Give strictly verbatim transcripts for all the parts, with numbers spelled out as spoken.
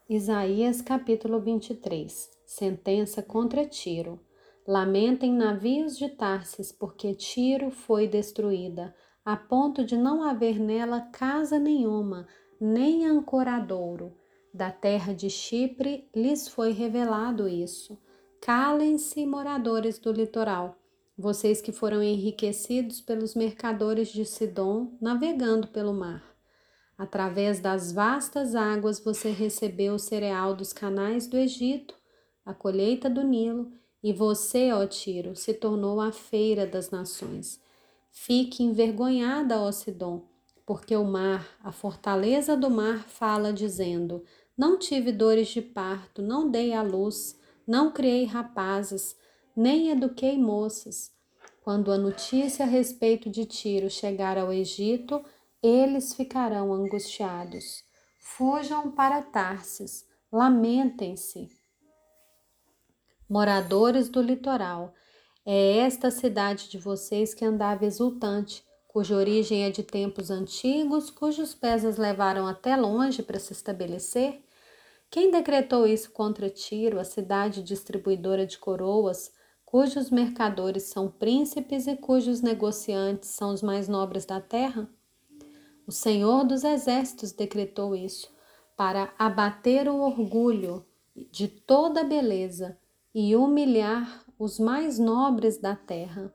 Isaías capítulo vinte e três. Sentença contra Tiro. Lamentem navios de Tarsis, porque Tiro foi destruída, a ponto de não haver nela casa nenhuma, nem ancoradouro. Da terra de Chipre lhes foi revelado isso. Calem-se, moradores do litoral, vocês que foram enriquecidos pelos mercadores de Sidom, navegando pelo mar. Através das vastas águas você recebeu o cereal dos canais do Egito, a colheita do Nilo, e você, ó Tiro, se tornou a feira das nações. Fique envergonhada, ó Sidom, porque o mar, a fortaleza do mar, fala dizendo: não tive dores de parto, não dei à luz, não criei rapazes, nem eduquei moças. Quando a notícia a respeito de Tiro chegar ao Egito, eles ficarão angustiados. Fujam para Tarsis, lamentem-se. Moradores do litoral, é esta a cidade de vocês que andava exultante, cuja origem é de tempos antigos, cujos pés as levaram até longe para se estabelecer? Quem decretou isso contra Tiro, a cidade distribuidora de coroas, cujos mercadores são príncipes e cujos negociantes são os mais nobres da terra? O Senhor dos Exércitos decretou isso, para abater o orgulho de toda a beleza e humilhar os mais nobres da terra.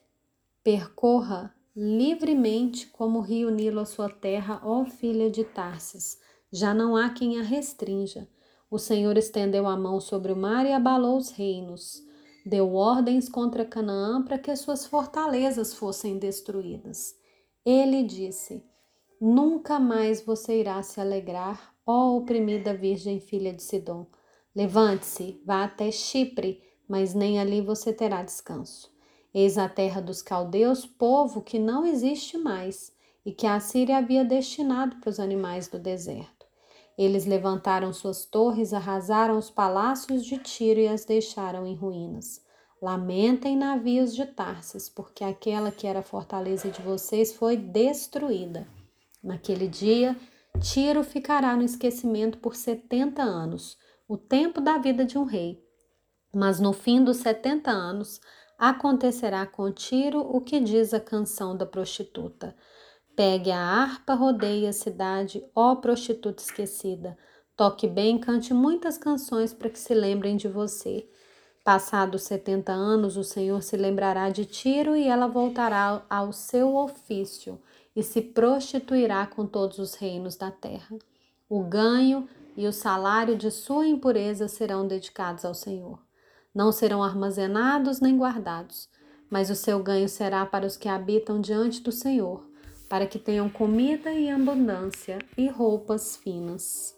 Percorra livremente como o rio Nilo a sua terra, ó filha de Tarsis. Já não há quem a restrinja. O Senhor estendeu a mão sobre o mar e abalou os reinos. Deu ordens contra Canaã para que suas fortalezas fossem destruídas. Ele disse: nunca mais você irá se alegrar, ó oprimida virgem filha de Sidom. Levante-se, vá até Chipre, mas nem ali você terá descanso. Eis a terra dos caldeus, povo que não existe mais, e que a Assíria havia destinado para os animais do deserto. Eles levantaram suas torres, arrasaram os palácios de Tiro e as deixaram em ruínas. Lamentem navios de Tarsis, porque aquela que era a fortaleza de vocês foi destruída. Naquele dia, Tiro ficará no esquecimento por setenta anos, o tempo da vida de um rei. Mas no fim dos setenta anos, acontecerá com Tiro o que diz a canção da prostituta. Pegue a harpa, rodeie a cidade, ó prostituta esquecida. Toque bem, cante muitas canções para que se lembrem de você. Passados setenta anos, o Senhor se lembrará de Tiro e ela voltará ao seu ofício e se prostituirá com todos os reinos da terra. O ganho e o salário de sua impureza serão dedicados ao Senhor. Não serão armazenados nem guardados, mas o seu ganho será para os que habitam diante do Senhor, para que tenham comida e abundância e roupas finas.